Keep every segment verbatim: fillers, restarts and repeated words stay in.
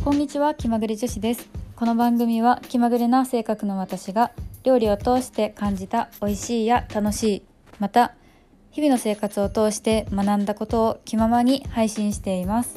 こんにちは、気まぐれ女子です。この番組は気まぐれな性格の私が料理を通して感じた美味しいや楽しい、また日々の生活を通して学んだことを気ままに配信しています。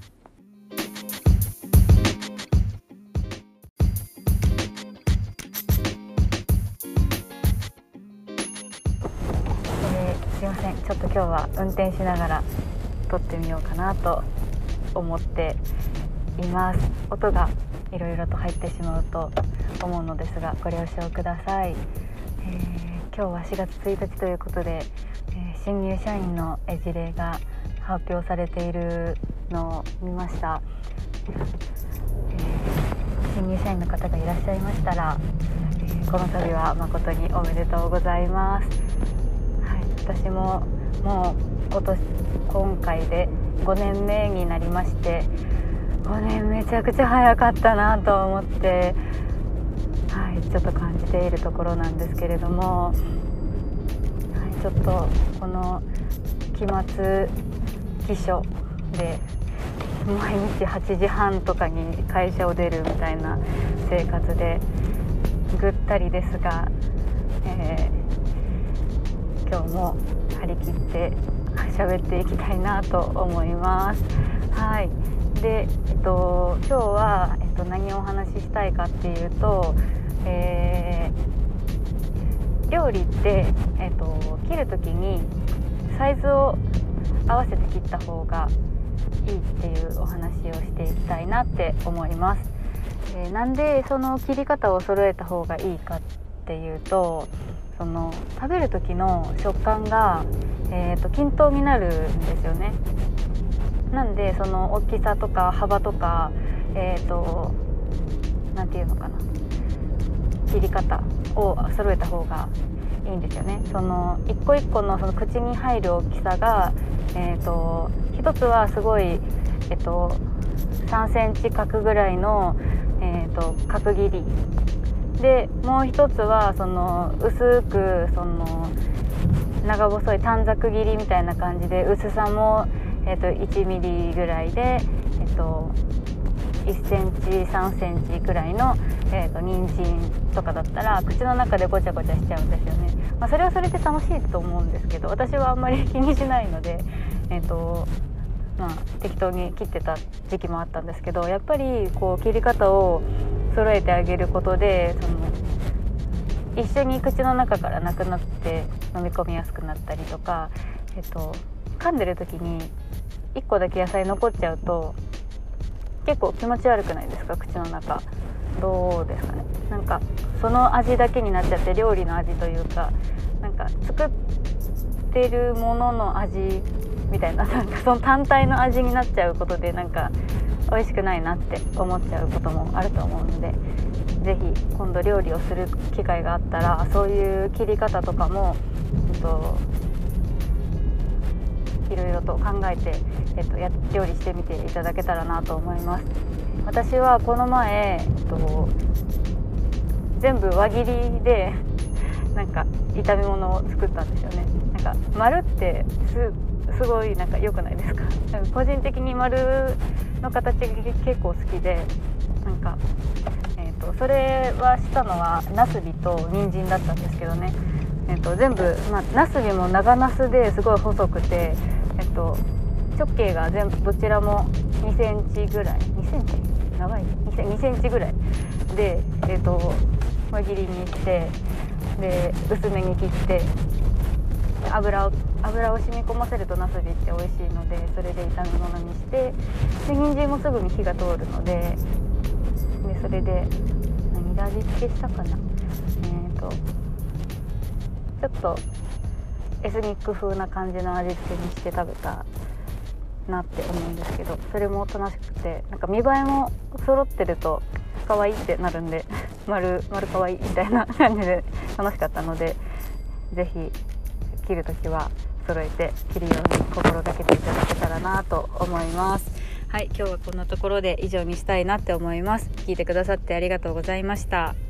えー、すいません、ちょっと今日は運転しながら撮ってみようかなと思っています。音がいろいろと入ってしまうと思うのですがご了承ください。えー、今日はしがつついたちということで、えー、新入社員の事例が発表されているのを見ました。えー、新入社員の方がいらっしゃいましたら、えー、この度は誠におめでとうございます。はい、私ももう今年今回でごねんめになりまして、ごねんめちゃくちゃ早かったなと思って、はい、ちょっと感じているところなんですけれども、はい、ちょっとこの期末期初で毎日はちじはんとかに会社を出るみたいな生活でぐったりですが、えー、今日も張り切って喋っていきたいなと思います。はい。で、えっと、今日は、えっと、何をお話ししたいかっていうと、えー、料理って、えっと、切るときにサイズを合わせて切った方がいいっていうお話をしていきたいなって思います。えー、なんでその切り方を揃えた方がいいかっていうと、その食べる時の食感が、えーと、均等になるんですよね。なんでその大きさとか幅とか、えーと、なんていうのかな、切り方を揃えた方がいいんですよね。その一個一個のその口に入る大きさが、えーと、一つはすごい、えーと、さんセンチ角ぐらいの、えーと、角切りで、もう一つはその薄くその長細い短冊切りみたいな感じで、薄さも、えー、といちミリぐらいで、えー、といっセンチさんセンチぐらいの、えー、と人参とかだったら口の中でごちゃごちゃしちゃうんですよね。まあ、それはそれで楽しいと思うんですけど、私はあんまり気にしないので、えーとまあ、適当に切ってた時期もあったんですけど、やっぱりこう切り方を揃えてあげることで、その一緒に口の中からなくなって飲み込みやすくなったりとか、えっと、噛んでる時にいっこだけ野菜残っちゃうと結構気持ち悪くないですか？口の中どうですかね。なんかその味だけになっちゃって、料理の味というか、なんか作ってるものの味みたいな、なんかその単体の味になっちゃうことで、なんか美味しくないなって思っちゃうこともあると思うので、ぜひ今度料理をする機会があったら、そういう切り方とかも、えっと、いろいろと考えて、えっと、や料理してみていただけたらなと思います。私はこの前、えっと、全部輪切りでなんか炒め物を作ったんですよね。なんか丸ってすすごいなんか良くないですか？なんか個人的に丸の形が結構好きで、なんか、えー、とそれはしたのはナスビと人参だったんですけどね、えー、と全部、まあ、ナスビも長ナスですごい細くて、えー、と直径が全部どちらもにセンチぐらい、にセンチ長いにセンチぐらいで、えー、と輪切りにして、で薄めに切って、油を油を染み込ませるとナスビって美味しいので、それで炒め物にして、で人参もすぐに火が通るので、でそれで何で味付けしたかな、えーとちょっとエスニック風な感じの味付けにして食べたなって思うんですけど、それも楽しくて、なんか見栄えも揃ってると可愛いってなるんで丸丸可愛いみたいな感じで楽しかったので、ぜひ切るときは揃えて切るように心がけていただけたらなと思います。はい、今日はこんなところで以上にしたいなって思います。聞いてくださってありがとうございました。